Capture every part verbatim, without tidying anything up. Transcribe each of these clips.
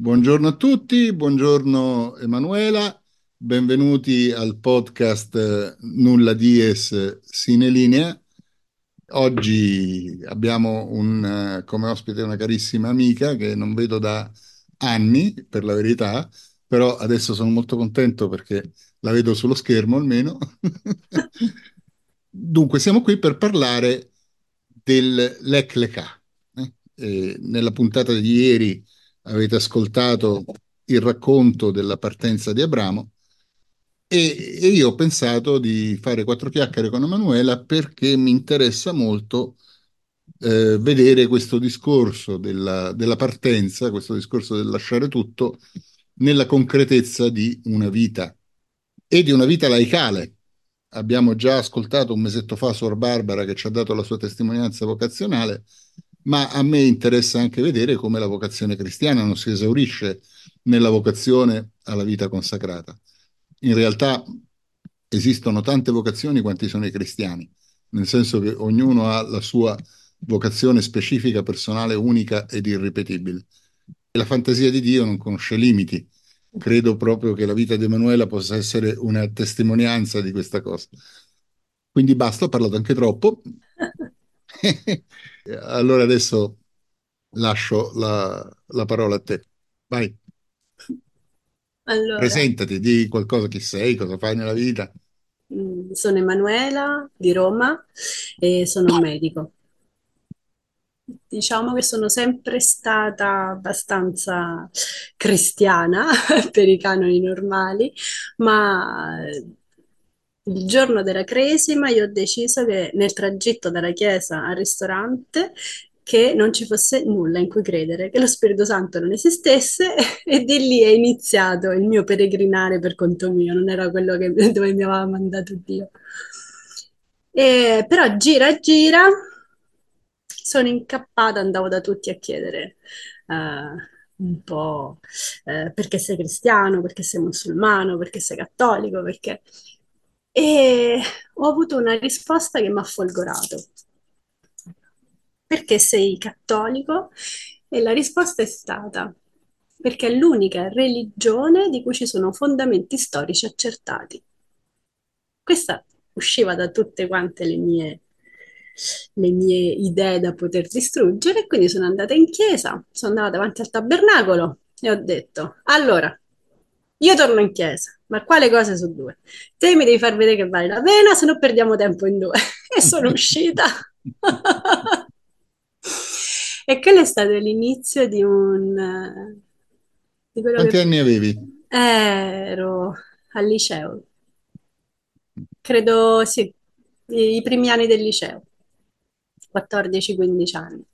Buongiorno a tutti, buongiorno Emanuela, benvenuti al podcast eh, Nulla Dies Sine Linea. Oggi abbiamo un, eh, come ospite una carissima amica che non vedo da anni, per la verità, però adesso sono molto contento perché la vedo sullo schermo almeno. Dunque, siamo qui per parlare del Lech Lekhà. eh. Eh, nella puntata di ieri avete ascoltato il racconto della partenza di Abramo e, e io ho pensato di fare quattro chiacchiere con Emanuela perché mi interessa molto eh, vedere questo discorso della, della partenza, questo discorso del lasciare tutto nella concretezza di una vita e di una vita laicale. Abbiamo già ascoltato un mesetto fa Suor Barbara che ci ha dato la sua testimonianza vocazionale, ma a me interessa anche vedere come la vocazione cristiana non si esaurisce nella vocazione alla vita consacrata. In realtà esistono tante vocazioni quanti sono i cristiani, nel senso che ognuno ha la sua vocazione specifica, personale, unica ed irripetibile. E la fantasia di Dio non conosce limiti. Credo proprio che la vita di Emanuela possa essere una testimonianza di questa cosa. Quindi basta, ho parlato anche troppo. Allora adesso lascio la, la parola a te. Vai, Allora, presentati, di qualcosa, chi sei, cosa fai nella vita. mm, sono Emanuela di Roma e sono un medico. Diciamo che sono sempre stata abbastanza cristiana per i canoni normali, ma eh, il giorno della Cresima io ho deciso che nel tragitto dalla chiesa al ristorante che non ci fosse nulla in cui credere, che lo Spirito Santo non esistesse e di lì è iniziato il mio peregrinare per conto mio, non era quello che, dove mi aveva mandato Dio. E, però gira gira, sono incappata, andavo da tutti a chiedere eh, un po' eh, perché sei cristiano, perché sei musulmano, perché sei cattolico, perché... E ho avuto una risposta che mi ha folgorato. Perché sei cattolico? E la risposta è stata perché è l'unica religione di cui ci sono fondamenti storici accertati. Questa usciva da tutte quante le mie, le mie idee da poter distruggere, e quindi sono andata in chiesa, sono andata davanti al tabernacolo e ho detto, allora, io torno in chiesa, ma quale cose su due? Te mi devi far vedere che vale la pena, se no perdiamo tempo in due. E sono uscita. E quello è stato l'inizio di un... eh, di quello Quanti che anni avevi? ero al liceo. Credo sì, i i primi anni del liceo, quattordici quindici anni.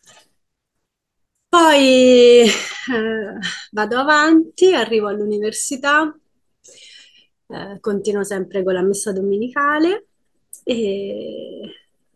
Poi eh, vado avanti, arrivo all'università, eh, continuo sempre con la messa domenicale e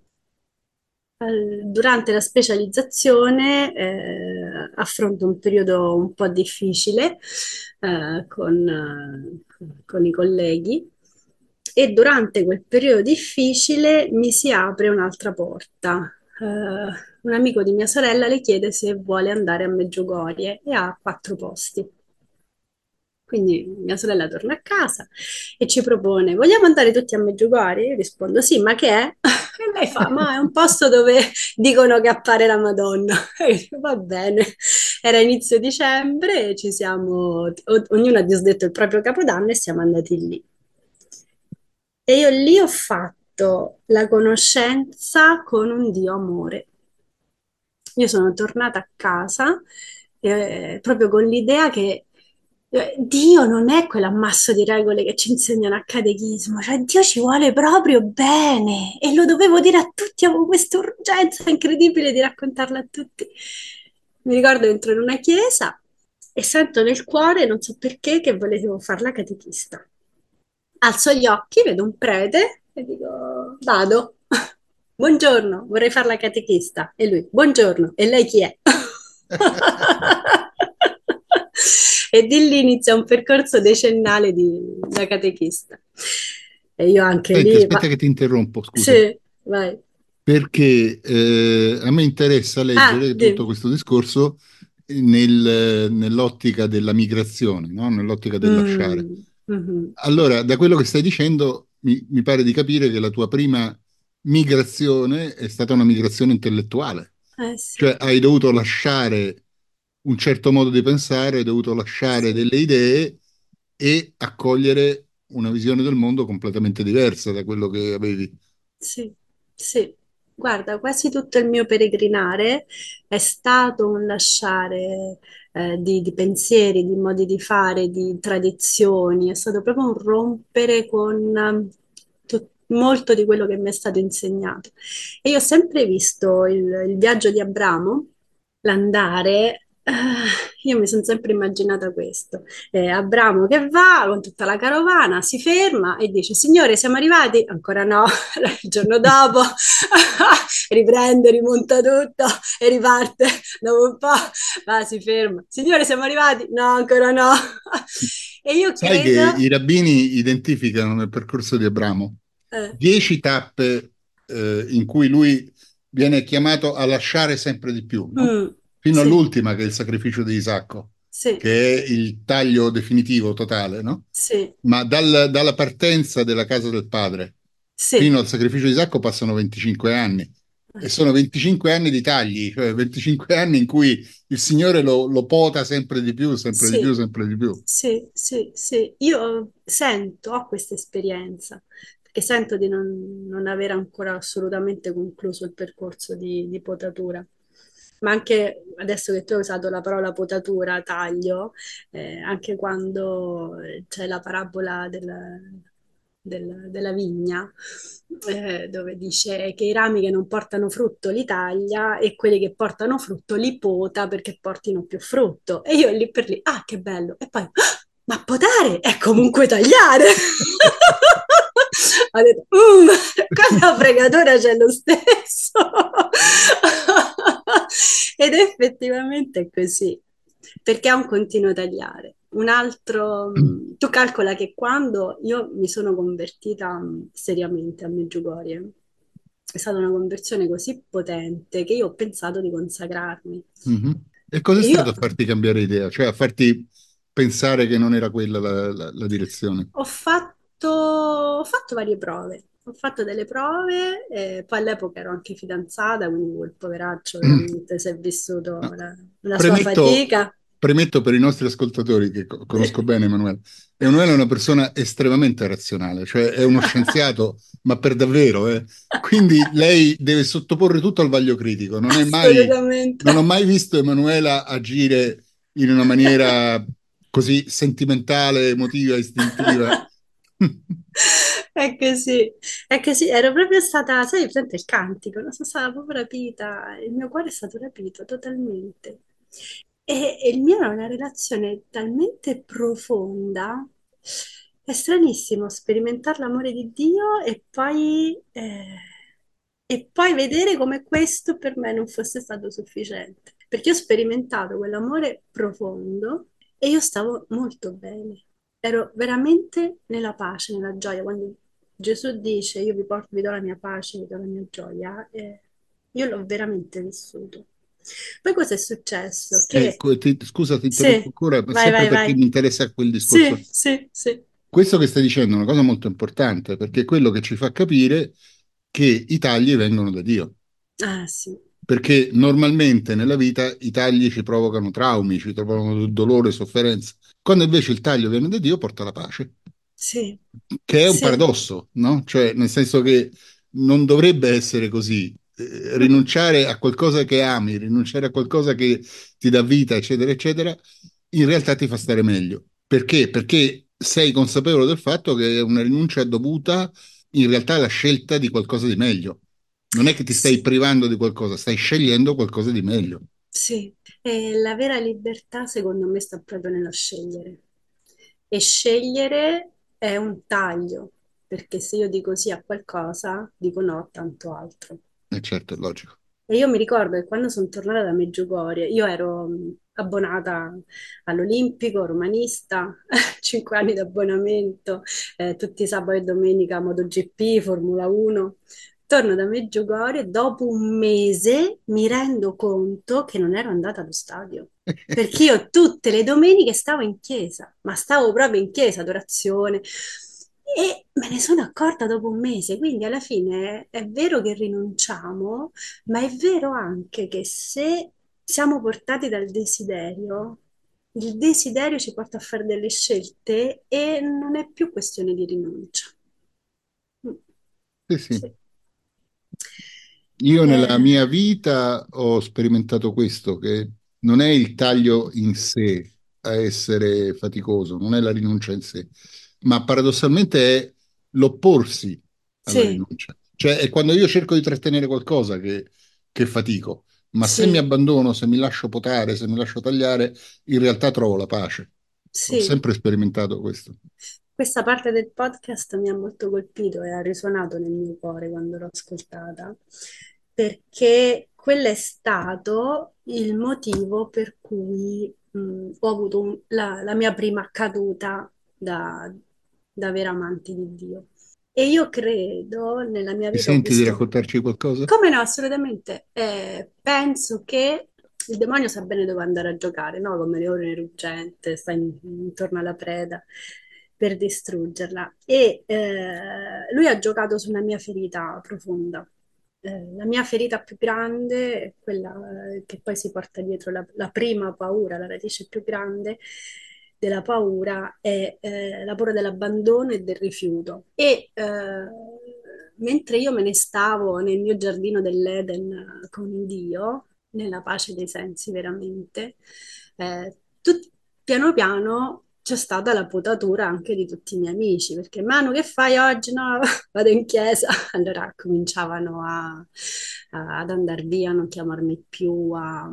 al- durante la specializzazione eh, affronto un periodo un po' difficile eh, con, eh, con i colleghi e durante quel periodo difficile mi si apre un'altra porta. Eh, un amico di mia sorella le chiede se vuole andare a Meggiugorie e ha quattro posti. Quindi mia sorella torna a casa e ci propone: vogliamo andare tutti a Meggiugorje? Io rispondo: sì, ma che è? E lei fa: ma è un posto dove dicono che appare la Madonna. E io, va bene. Era inizio dicembre, ci siamo, o- ognuno ha disdetto il proprio capodanno e siamo andati lì. E io lì ho fatto la conoscenza con un Dio amore. Io sono tornata a casa eh, proprio con l'idea che eh, Dio non è quell'ammasso di regole che ci insegnano a catechismo, cioè Dio ci vuole proprio bene e lo dovevo dire a tutti, avevo questa urgenza incredibile di raccontarlo a tutti. Mi ricordo entro in una chiesa e sento nel cuore, non so perché, che volevo fare la catechista. Alzo gli occhi, vedo un prete e dico, vado. Buongiorno, vorrei fare la catechista. E lui, buongiorno, e lei chi è? E di lì inizia un percorso decennale di, da catechista. E io anche Senti, lì, aspetta ma che ti interrompo, scusa, sì, vai. perché eh, a me interessa Ah, leggere tutto dimmi. questo discorso nel- nell'ottica della migrazione, no? Nell'ottica del lasciare. Mm, mhm. Allora, da quello che stai dicendo, mi, mi pare di capire che la tua prima migrazione è stata una migrazione intellettuale, Eh sì, cioè hai dovuto lasciare un certo modo di pensare, hai dovuto lasciare sì. delle idee e accogliere una visione del mondo completamente diversa da quello che avevi. Sì, sì, guarda, quasi tutto il mio peregrinare è stato un lasciare eh, di, di pensieri, di modi di fare, di tradizioni, è stato proprio un rompere con ehm, tut- molto di quello che mi è stato insegnato. E io ho sempre visto il, il viaggio di Abramo, l'andare, eh, io mi sono sempre immaginata questo. Eh, Abramo che va con tutta la carovana, si ferma e dice: Signore, siamo arrivati? Ancora no. Il giorno dopo riprende, rimonta tutto e riparte. Dopo un po' va, si ferma. Signore, siamo arrivati? No, ancora no. E io Sai che credo. i rabbini identificano nel percorso di Abramo eh, dieci tappe eh, in cui lui viene chiamato a lasciare sempre di più, no? mm, Fino sì, all'ultima, che è il sacrificio di Isacco, sì, che è il taglio definitivo, totale, no? sì, Ma dal- dalla partenza della casa del padre sì. fino al sacrificio di Isacco passano venticinque anni. E Eh, sono venticinque anni di tagli, cioè venticinque anni in cui il Signore lo, lo pota sempre di più, sempre di più, Sì, sempre di più. sì, sì, sì. Io sento, ho questa esperienza, perché sento di non, non aver ancora assolutamente concluso il percorso di, di potatura. Ma anche adesso che tu hai usato la parola potatura, taglio, eh, anche quando eh, c'è la parabola del- del- della vigna, eh, dove dice che i rami che non portano frutto li taglia e quelli che portano frutto li pota perché portino più frutto. E io lì per lì, ah, che bello! E poi, "Ah, ma potare è comunque tagliare! Ho detto, "Mm, quella fregatura c'è lo stesso." Ed effettivamente è così, perché è un continuo tagliare. Un altro, mh, tu calcola che quando io mi sono convertita mh, seriamente a Medjugorje, è stata una conversione così potente che io ho pensato di consacrarmi. Mhm. E cos'è E io stato a farti cambiare idea? Cioè a farti pensare che non era quella la, la- la direzione? Ho fatto, ho fatto varie prove, ho fatto delle prove, e poi all'epoca ero anche fidanzata, quindi quel poveraccio veramente si è vissuto No. la, la sua Premetto, fatica. premetto per i nostri ascoltatori che co- conosco bene Emanuele. Emanuele è una persona estremamente razionale, cioè è uno scienziato, ma per davvero, eh. Quindi lei deve sottoporre tutto al vaglio critico. Non è mai, Assolutamente. non ho mai visto Emanuela agire in una maniera così sentimentale, emotiva, istintiva. È così, è così, ero proprio stata, sai, presente il cantico, no? Sono stata proprio rapita, il mio cuore è stato rapito totalmente. E, e il mio era una relazione talmente profonda, è stranissimo sperimentare l'amore di Dio e poi, eh, e poi vedere come questo per me non fosse stato sufficiente, perché io ho sperimentato quell'amore profondo e io stavo molto bene, ero veramente nella pace, nella gioia. Quando Gesù dice io vi porto, vi do la mia pace, vi do la mia gioia, eh, io l'ho veramente vissuto. Poi cosa è successo? Eh, Che co- ti- scusa, ti interrompo sì, ancora, ma vai, sempre vai, perché vai. mi interessa quel discorso. Sì, sì, sì. Questo che stai dicendo è una cosa molto importante perché è quello che ci fa capire che i tagli vengono da Dio. Ah, sì, Perché normalmente nella vita i tagli ci provocano traumi, ci provocano dolore, sofferenza. Quando invece il taglio viene da Dio, porta la pace, sì, che è un sì. paradosso, no? Cioè, nel senso che non dovrebbe essere così. Eh, rinunciare a qualcosa che ami, rinunciare a qualcosa che ti dà vita, eccetera, eccetera, in realtà ti fa stare meglio. Perché? Perché sei consapevole del fatto che è una rinuncia dovuta in realtà alla scelta di qualcosa di meglio. Non è che ti stai Sì, privando di qualcosa, stai scegliendo qualcosa di meglio. sì. E la vera libertà, secondo me, sta proprio nello scegliere. E scegliere è un taglio, perché se io dico sì a qualcosa, dico no a tanto altro. E certo, è logico. E io mi ricordo che quando sono tornata da Meggiugorie, io ero mh, abbonata all'Olimpico, romanista, cinque anni di abbonamento, eh, tutti i sabati e domenica MotoGP, Formula uno. Torno da Meggiugorio e dopo un mese mi rendo conto che non ero andata allo stadio. Perché io tutte le domeniche stavo in chiesa, ma stavo proprio in chiesa, adorazione. E me ne sono accorta dopo un mese, quindi alla fine è vero che rinunciamo, ma è vero anche che se siamo portati dal desiderio, il desiderio ci porta a fare delle scelte e non è più questione di rinuncia. Mm, Sì, sì. sì. Io nella Eh, mia vita ho sperimentato questo, che non è il taglio in sé a essere faticoso, non è la rinuncia in sé, ma paradossalmente è l'opporsi alla sì, rinuncia. Cioè è quando io cerco di trattenere qualcosa che, che fatico, ma se mi sì, abbandono, se mi lascio potare, se mi lascio tagliare, in realtà trovo la pace. Ho sì. sempre sperimentato questo. Questa parte del podcast mi ha molto colpito e ha risuonato nel mio cuore quando l'ho ascoltata, perché quello è stato il motivo per cui mh, ho avuto un- la, la mia prima caduta da, da vera amante di Dio. E io credo nella mia Ti vita ho senti di visto, raccontarci qualcosa? come no, assolutamente, eh, penso che il demonio sa bene dove andare a giocare, no? Come leone ruggente, sta in- intorno alla preda per distruggerla. E eh, lui ha giocato su una mia ferita profonda. Eh, la mia ferita più grande, è quella eh, che poi si porta dietro la, la prima paura, la radice più grande della paura è eh, la paura dell'abbandono e del rifiuto. E eh, mentre io me ne stavo nel mio giardino dell'Eden eh, con Dio, nella pace dei sensi veramente, eh, tut- piano piano c'è stata la potatura anche di tutti i miei amici, perché Manu, che fai oggi? No, vado in chiesa. Allora cominciavano a, a- ad andare via, a non chiamarmi più, a,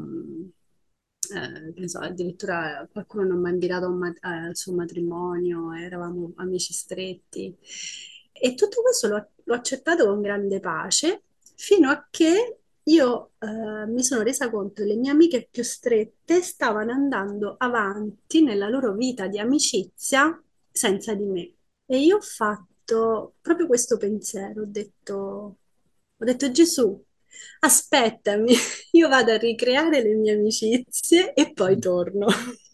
eh, che ne so, addirittura qualcuno non mi ha invitato a un mat- eh, al suo matrimonio, eravamo amici stretti. E tutto questo l'ho l'ho accettato con grande pace, fino a che io eh, mi sono resa conto che le mie amiche più strette stavano andando avanti nella loro vita di amicizia senza di me. E io ho fatto proprio questo pensiero, ho detto, ho detto Gesù, aspettami, io vado a ricreare le mie amicizie e poi torno.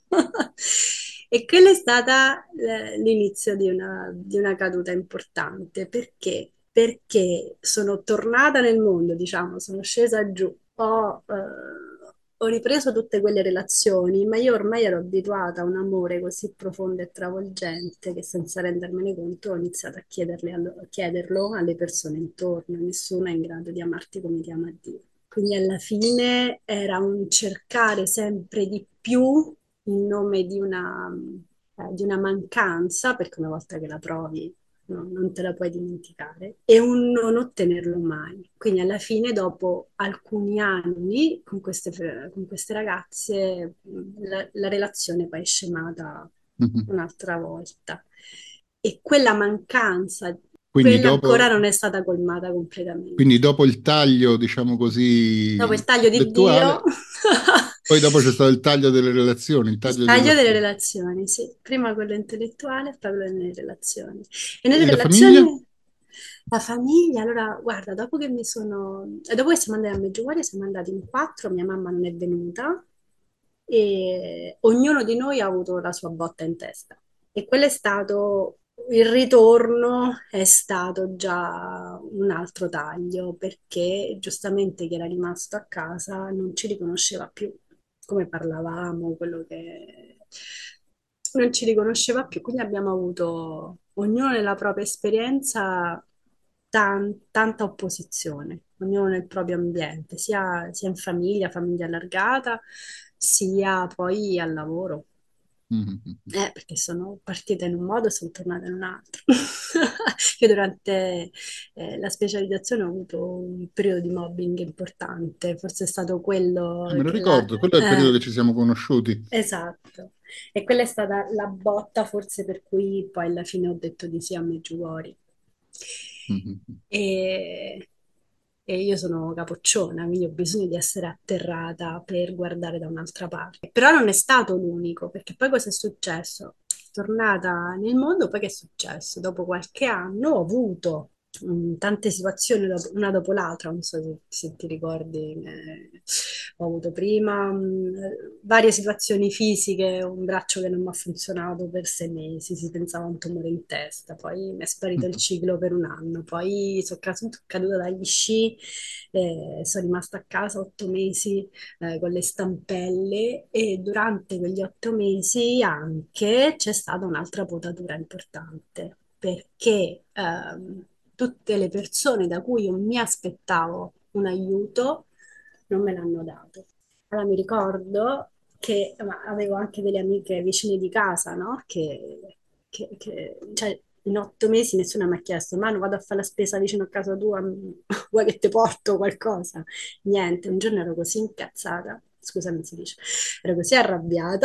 E quella è stata eh, l'inizio di una, di una caduta importante. Perché? Perché sono tornata nel mondo, diciamo, sono scesa giù, ho, eh, ho ripreso tutte quelle relazioni, ma io ormai ero abituata a un amore così profondo e travolgente che senza rendermene conto ho iniziato a chiederle allo- a chiederlo alle persone intorno. Nessuno è in grado di amarti come ti ama Dio. Quindi alla fine era un cercare sempre di più in nome di una, eh, di una mancanza, perché una volta che la provi no, non te la puoi dimenticare, e un non ottenerlo mai. Quindi alla fine, dopo alcuni anni con queste, con queste ragazze, la, la relazione poi è scemata Mhm. un'altra volta. E quella mancanza, Quindi quella ancora dopo, non è stata colmata quindi completamente. dopo il taglio, diciamo Dopo così, il taglio di Dio, intellettuale, poi dopo c'è stato il taglio delle relazioni, il il taglio degli taglio delle affetti. relazioni, sì. Prima quello intellettuale e poi quello nelle relazioni. E nelle E la famiglia? relazioni, la famiglia, allora, guarda, dopo che mi sono... eh, dopo che siamo andati a Medjugorje, siamo andati in quattro, mia mamma non è venuta e ognuno di noi ha avuto la sua botta in testa. E quello è stato... Il ritorno è stato già un altro taglio perché giustamente chi era rimasto a casa non ci riconosceva più come parlavamo, quello che non ci riconosceva più, quindi abbiamo avuto ognuno nella propria esperienza tan- tanta opposizione, ognuno nel proprio ambiente, sia, sia in famiglia, famiglia allargata, sia poi al lavoro. Mhm. Eh, perché sono partita in un modo e sono tornata in un altro. Io durante eh, la specializzazione ho avuto un periodo di mobbing importante, forse è stato Ah, quello me lo che la... ricordo, quello è il periodo eh, che ci siamo conosciuti. esatto. E quella è stata la botta forse per cui poi alla fine ho detto di sì a Meggiugorje. Mhm. E, e io sono capocciona, quindi ho bisogno di essere atterrata per guardare da un'altra parte. Però non è stato l'unico, perché poi cosa è successo? Tornata nel mondo, poi che è successo? Dopo qualche anno ho avuto mm, tante situazioni dopo- una dopo l'altra, non so se, se ti ricordi, eh, ho avuto prima mm, varie situazioni fisiche, un braccio che non mi ha funzionato per sei mesi, si pensava a un tumore in testa, poi mi è sparito il ciclo per un anno, poi sono caduta dagli sci, eh, sono rimasta a casa otto mesi eh, con le stampelle e durante quegli otto mesi anche c'è stata un'altra potatura importante perché ehm, tutte le persone da cui io mi aspettavo un aiuto non me l'hanno dato. Allora mi ricordo che ma avevo anche delle amiche vicine di casa, no? Che, che- che- cioè, in otto mesi nessuno mi ha chiesto, ma non vado a fare la spesa vicino a casa tua, vuoi che ti porto qualcosa? Niente, un giorno ero così incazzata, scusa, non si dice, ero così arrabbiata.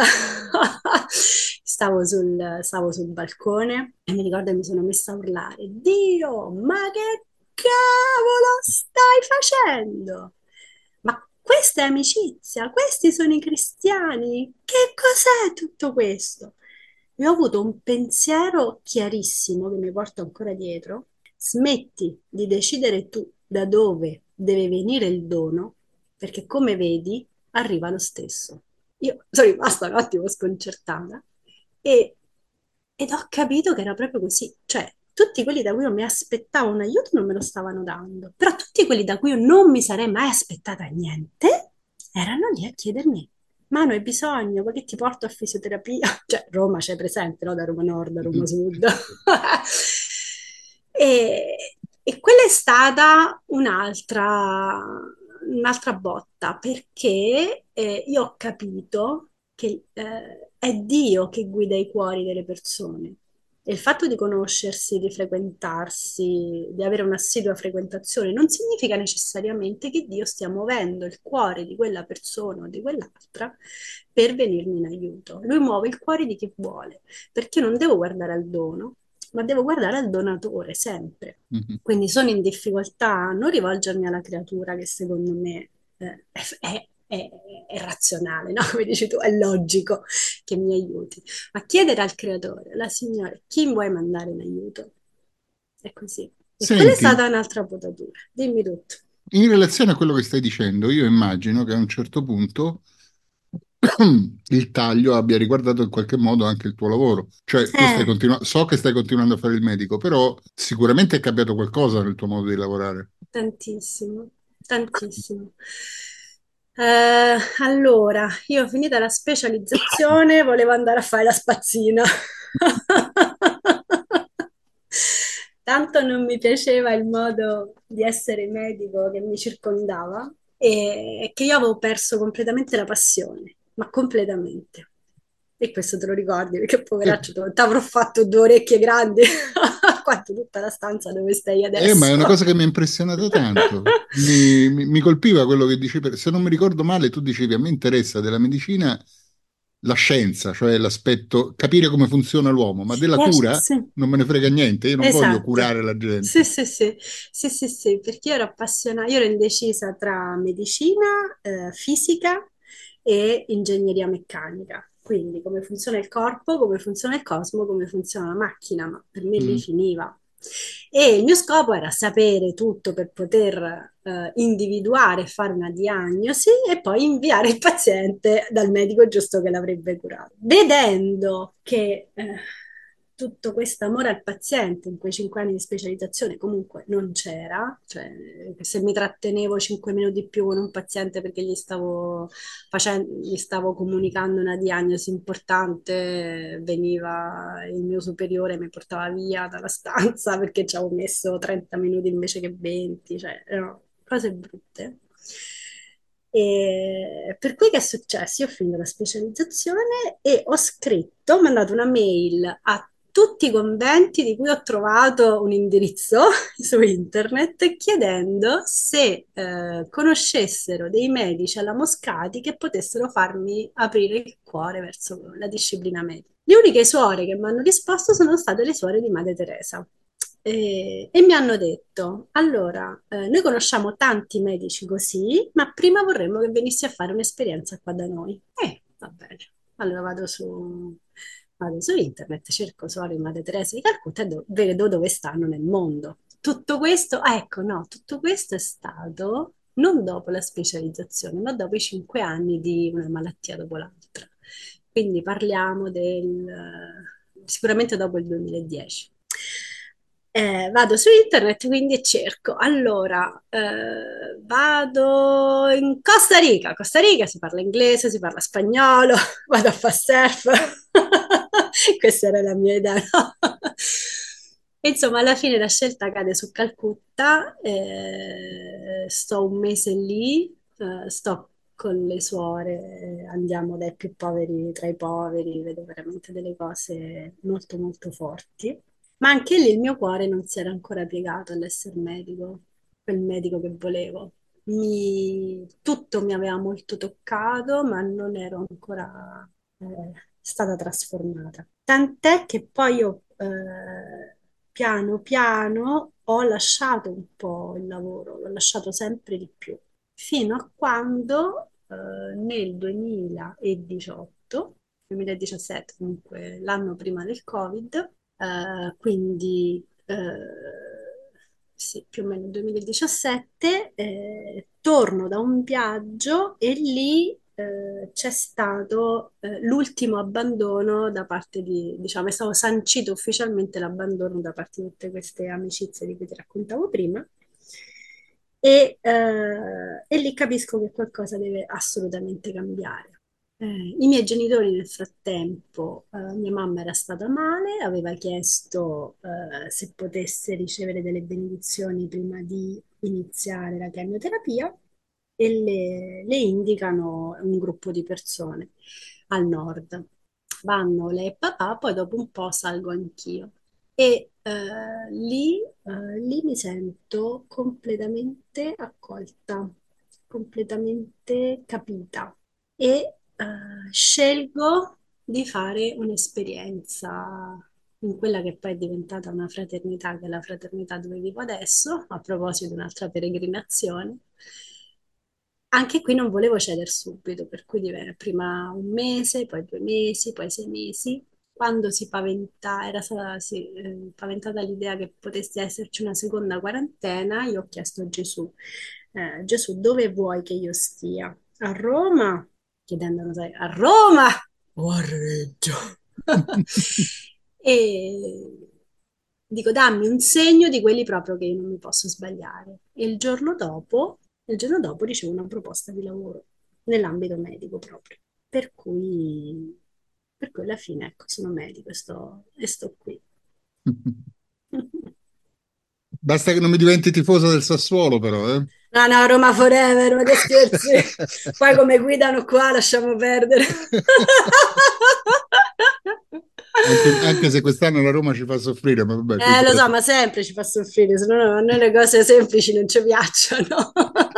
Stavo sul, stavo sul balcone e mi ricordo che mi sono messa a urlare: Dio, ma che cavolo stai facendo? Ma questa è amicizia, questi sono i cristiani. Che cos'è tutto questo? E ho avuto un pensiero chiarissimo che mi porto ancora dietro. Smetti di decidere tu da dove deve venire il dono, perché come vedi arriva lo stesso. Io sono rimasta un attimo sconcertata e, ed ho capito che era proprio così, cioè tutti quelli da cui io mi aspettavo un aiuto non me lo stavano dando, però tutti quelli da cui io non mi sarei mai aspettata niente erano lì a chiedermi, Manu, hai bisogno? Vuoi che ti porto a fisioterapia? Cioè, Roma c'è presente, no? Da Roma Nord, da Roma Sud. E, e quella è stata un'altra un'altra botta perché eh, io ho capito che eh, è Dio che guida i cuori delle persone. E il fatto di conoscersi, di frequentarsi, di avere un'assidua frequentazione non significa necessariamente che Dio stia muovendo il cuore di quella persona o di quell'altra per venirmi in aiuto. Lui muove il cuore di chi vuole, perché io non devo guardare al dono, ma devo guardare al donatore sempre. Mhm. Quindi sono in difficoltà a non rivolgermi alla creatura che secondo me eh, è, è- è- è razionale, no? Come dici tu, è logico che mi aiuti, ma chiedere al creatore, alla Signore, chi vuoi mandare in aiuto? È così. E quella è Senti, stata un'altra potatura. Dimmi tutto. in relazione a quello che stai dicendo, io immagino che a un certo punto il taglio abbia riguardato in qualche modo anche il tuo lavoro. Cioè, tu stai Eh, continuando, so che stai continuando a fare il medico, però sicuramente è cambiato qualcosa nel tuo modo di lavorare. tantissimo, tantissimo. Eh, allora, io finita la specializzazione, volevo andare a fare la spazzina. Tanto non mi piaceva il modo di essere medico che mi circondava e che io avevo perso completamente la passione, ma completamente. E questo te lo ricordi perché Eh, poveraccio, ti avrò fatto due orecchie grandi, quanto tutta la stanza dove stai eh, ma è adesso. una cosa che mi ha impressionato tanto. Mi, mi- mi colpiva quello che dicevi. Se non mi ricordo male, tu dicevi a me interessa della medicina la scienza, cioè l'aspetto, capire come funziona l'uomo, ma della Eh, cura sì. non me ne frega niente. Io non voglio Esatto. curare la Sì, gente. sì, sì, sì, sì, sì, perché io ero appassionata, io ero indecisa tra medicina, eh, fisica e ingegneria meccanica. Quindi come funziona il corpo, come funziona il cosmo, come funziona la macchina, ma per me lì Mm. finiva. E il mio scopo era sapere tutto per poter eh, individuare e fare una diagnosi e poi inviare il paziente dal medico giusto che l'avrebbe curato. Vedendo che eh, tutto questo amore al paziente in quei cinque anni di specializzazione comunque non c'era, cioè se mi trattenevo cinque minuti di più con un paziente perché gli stavo facendo, gli stavo comunicando una diagnosi importante, veniva il mio superiore e mi portava via dalla stanza perché ci avevo messo trenta minuti invece che venti, cioè erano cose brutte. E per cui che è successo? Io ho finito la specializzazione e ho scritto, ho mandato una mail a tutti i conventi di cui ho trovato un indirizzo su internet chiedendo se eh, conoscessero dei medici alla Moscati che potessero farmi aprire il cuore verso la disciplina medica. Le uniche suore che mi hanno risposto sono state le suore di Madre Teresa. E, e mi hanno detto, allora, eh, noi conosciamo tanti medici così, ma prima vorremmo che venissi a fare un'esperienza qua da noi. Eh, va bene. Allora vado su, vado su internet, cerco suore di Madre Teresa di Calcutta e do- vedo dove stanno nel mondo. tutto questo, ah, ecco, no, tutto questo è stato non dopo la specializzazione, ma dopo i cinque anni di una malattia dopo l'altra. Quindi parliamo del, sicuramente dopo il duemiladieci. Eh, vado su internet quindi e cerco. Allora, eh, vado in Costa Rica. Costa Rica si parla inglese, si parla spagnolo, vado a fare surf. Questa era la mia idea, no? E insomma, alla fine la scelta cade su Calcutta, eh, sto un mese lì, eh, sto con le suore, eh, andiamo dai più poveri tra i poveri, vedo veramente delle cose molto molto forti. Ma anche lì il mio cuore non si era ancora piegato all'essere medico, quel medico che volevo. Mi- tutto mi aveva molto toccato, ma non ero ancora eh, stata trasformata. Tant'è che poi io eh, piano piano ho lasciato un po' il lavoro, l'ho lasciato sempre di più, fino a quando eh, nel duemiladiciotto, duemiladiciassette, comunque l'anno prima del Covid, eh, quindi eh, sì, più o meno duemiladiciassette, eh, torno da un viaggio e lì eh, c'è stato eh, l'ultimo abbandono da parte di, diciamo, è stato sancito ufficialmente l'abbandono da parte di tutte queste amicizie di cui ti raccontavo prima. E, eh, e lì capisco che qualcosa deve assolutamente cambiare. Eh, I miei genitori nel frattempo, eh, mia mamma era stata male, aveva chiesto eh, se potesse ricevere delle benedizioni prima di iniziare la chemioterapia e le, le indicano un gruppo di persone al nord. Vanno lei e papà, poi dopo un po' salgo anch'io. E eh, lì, eh, lì mi sento completamente accolta, completamente capita e eh, scelgo di fare un'esperienza in quella che poi è diventata una fraternità, che è la fraternità dove vivo adesso, a proposito di un'altra peregrinazione. Anche qui non volevo cedere subito, per cui dive- prima un mese, poi due mesi, poi sei mesi. Quando si paventa, era stata sì, eh, paventata l'idea che potesse esserci una seconda quarantena, io ho chiesto a Gesù, eh, Gesù, dove vuoi che io stia? A Roma? Chiedendo, sai, a Roma o a Reggio? E dico, dammi un segno di quelli proprio che io non mi posso sbagliare. E il giorno dopo, il giorno dopo ricevo una proposta di lavoro nell'ambito medico proprio. Per cui, per cui alla fine, ecco, sono medico e sto, e sto qui. Basta che non mi diventi tifosa del Sassuolo, però, eh. No, no, Roma Forever, ma che scherzi. Poi come guidano qua, lasciamo perdere. Anche, anche se quest'anno la Roma ci fa soffrire, ma vabbè, Eh, lo so, figurati. ma sempre ci fa soffrire, se no no, a noi le cose semplici non ci piacciono.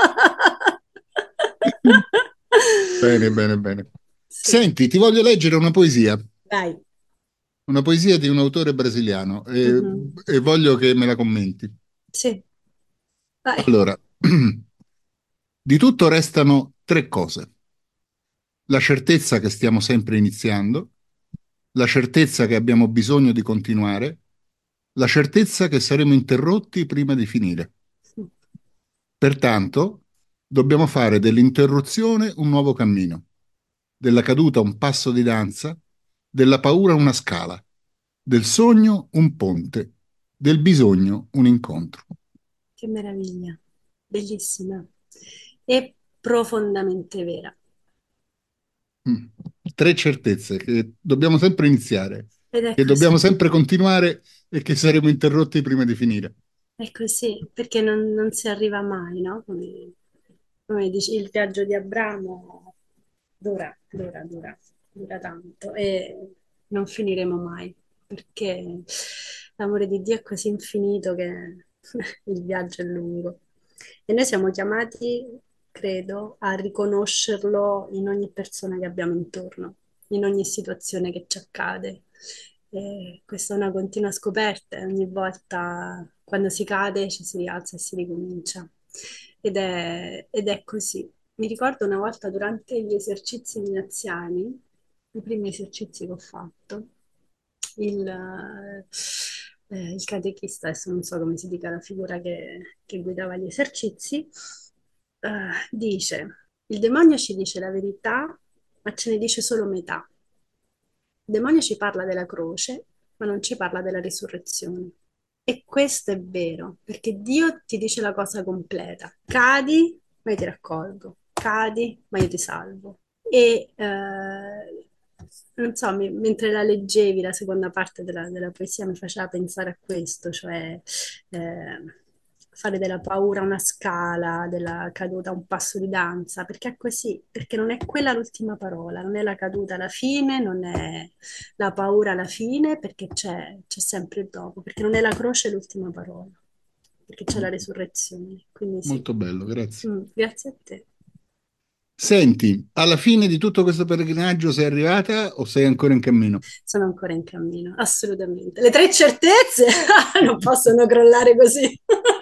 Bene, bene, bene. Sì, Senti, ti voglio leggere una poesia, dai. una poesia di un autore brasiliano e, Mhm. e voglio che me la commenti. Sì, vai. Allora, di tutto restano tre cose. La certezza che stiamo sempre iniziando, la certezza che abbiamo bisogno di continuare, la certezza che saremo interrotti prima di finire. Pertanto, dobbiamo fare dell'interruzione un nuovo cammino, della caduta un passo di danza, della paura una scala, del sogno un ponte, del bisogno un incontro. Che meraviglia, bellissima e profondamente vera. Mm. Tre certezze che dobbiamo sempre iniziare, Ed è che dobbiamo così, sempre continuare e che saremo interrotti prima di finire. è così, perché non, non si arriva mai, no? Come, come dici, il viaggio di Abramo dura, dura, dura, dura tanto e non finiremo mai, perché l'amore di Dio è così infinito che il viaggio è lungo. E noi siamo chiamati, credo, a riconoscerlo in ogni persona che abbiamo intorno, in ogni situazione che ci accade. E questa è una continua scoperta, e ogni volta quando si cade ci si rialza e si ricomincia. Ed è, ed è così. Mi ricordo una volta durante gli esercizi iniziali, i primi esercizi che ho fatto, il, eh, il catechista, adesso non so come si dica la figura che, che guidava gli esercizi, eh, dice, il demonio ci dice la verità, ma ce ne dice solo metà. Il demonio ci parla della croce, ma non ci parla della risurrezione. E questo è vero, perché Dio ti dice la cosa completa. Cadi, ma io ti raccolgo. Cadi, ma io ti salvo. E eh, non so, mi- mentre la leggevi, la seconda parte della, della poesia mi faceva pensare a questo, cioè eh, fare della paura una scala, della caduta un passo di danza, perché è così, perché non è quella l'ultima parola, non è la caduta la fine, non è la paura alla fine, perché c'è c'è sempre il dopo, perché non è la croce l'ultima parola, perché c'è la resurrezione. Quindi sì. Molto bello, grazie. Mm, grazie a te. Senti, alla fine di tutto questo pellegrinaggio sei arrivata o sei ancora in cammino? Sono ancora in cammino, assolutamente. Le tre certezze non possono crollare così.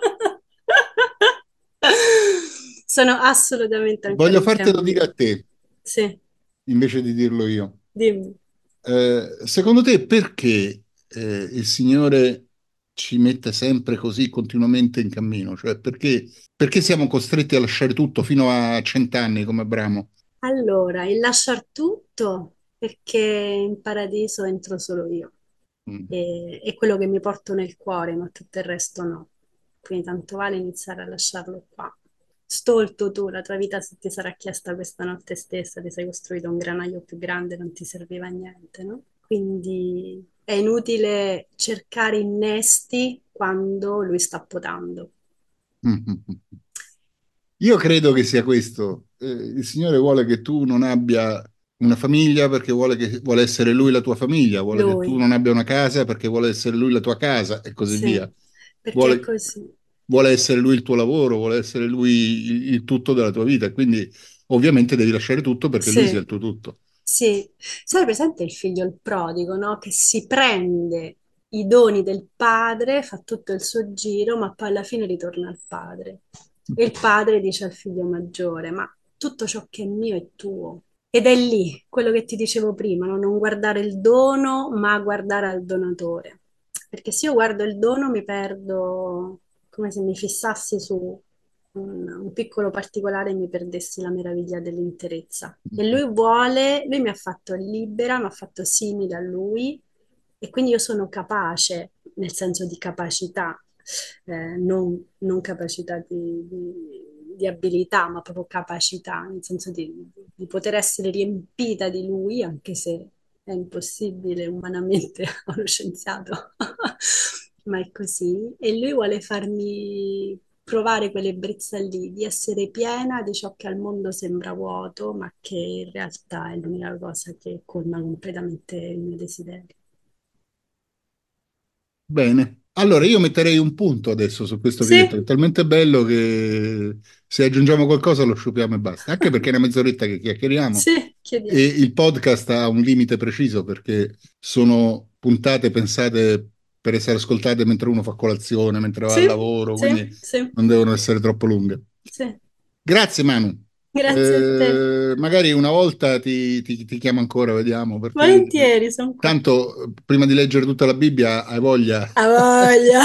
Sono assolutamente ancora Voglio in fartelo dire a cammino. te Sì, invece di dirlo io. dimmi. Eh, secondo te perché eh, il Signore ci mette sempre così continuamente in cammino? Cioè perché, perché siamo costretti a lasciare tutto fino a cent'anni come Abramo? Allora, il lasciar tutto perché in paradiso entro solo io. Mm. E, è quello che mi porto nel cuore, ma tutto il resto no. Quindi tanto vale iniziare a lasciarlo qua. Stolto tu, la tua vita se ti sarà chiesta questa notte stessa, ti sei costruito un granaio più grande, non ti serviva a niente, no? Quindi è inutile cercare innesti quando lui sta potando. Mm, mm, mm. Io credo che sia questo. Eh, il Signore vuole che tu non abbia una famiglia perché vuole, che, vuole essere Lui la tua famiglia, vuole che tu Lui, non abbia una casa perché vuole essere Lui la tua casa e così sì, via. perché è Vuole, così. vuole essere Lui il tuo lavoro, vuole essere Lui il, il tutto della tua vita. Quindi ovviamente devi lasciare tutto perché Lui sia Sì, il tuo tutto. sì. Sai presente il figlio il prodigo, no? Che si prende i doni del padre, fa tutto il suo giro, ma poi alla fine ritorna al padre. E il padre dice al figlio maggiore, ma tutto ciò che è mio è tuo. Ed è lì quello che ti dicevo prima, no? Non guardare il dono, ma guardare al donatore. Perché se io guardo il dono mi perdo, come se mi fissassi su un, un piccolo particolare e mi perdessi la meraviglia dell'interezza. E lui vuole, lui mi ha fatto libera, mi ha fatto simile a lui e quindi io sono capace, nel senso di capacità, eh, non, non capacità di, di- di abilità, ma proprio capacità, nel senso di, di poter essere riempita di lui, anche se è impossibile umanamente a uno scienziato, ma è così. E lui vuole farmi provare quell'ebbrezza lì, di essere piena di ciò che al mondo sembra vuoto, ma che in realtà è l'unica cosa che colma completamente il mio desiderio. Bene. Allora io metterei un punto adesso su questo che hai detto, Sì, è talmente bello che se aggiungiamo qualcosa lo sciupiamo e basta, anche perché è una mezz'oretta che chiacchieriamo. sì, E chiediamo. il podcast ha un limite preciso perché sono puntate pensate per essere ascoltate mentre uno fa colazione, mentre va al Sì, lavoro, quindi sì, sì, non devono essere troppo lunghe. sì. Grazie Manu. Grazie a te. Eh, magari una volta ti, ti- ti chiamo ancora, vediamo, perché Volentieri, sono qua. tanto eh, prima di leggere tutta la Bibbia hai voglia. A voglia.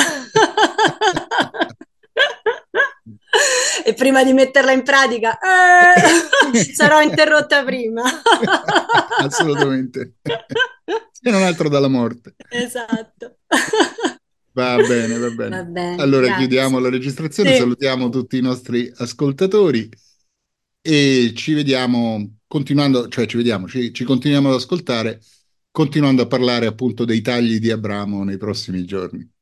E prima di metterla in pratica, eh, sarò interrotta prima. Assolutamente. Se non altro dalla morte. Esatto. Va bene, va Va bene. bene, Allora chiudiamo grazie. la registrazione, Sì, salutiamo tutti i nostri ascoltatori e ci vediamo continuando, cioè ci vediamo, ci, ci continuiamo ad ascoltare, continuando a parlare appunto dei tagli di Abramo nei prossimi giorni.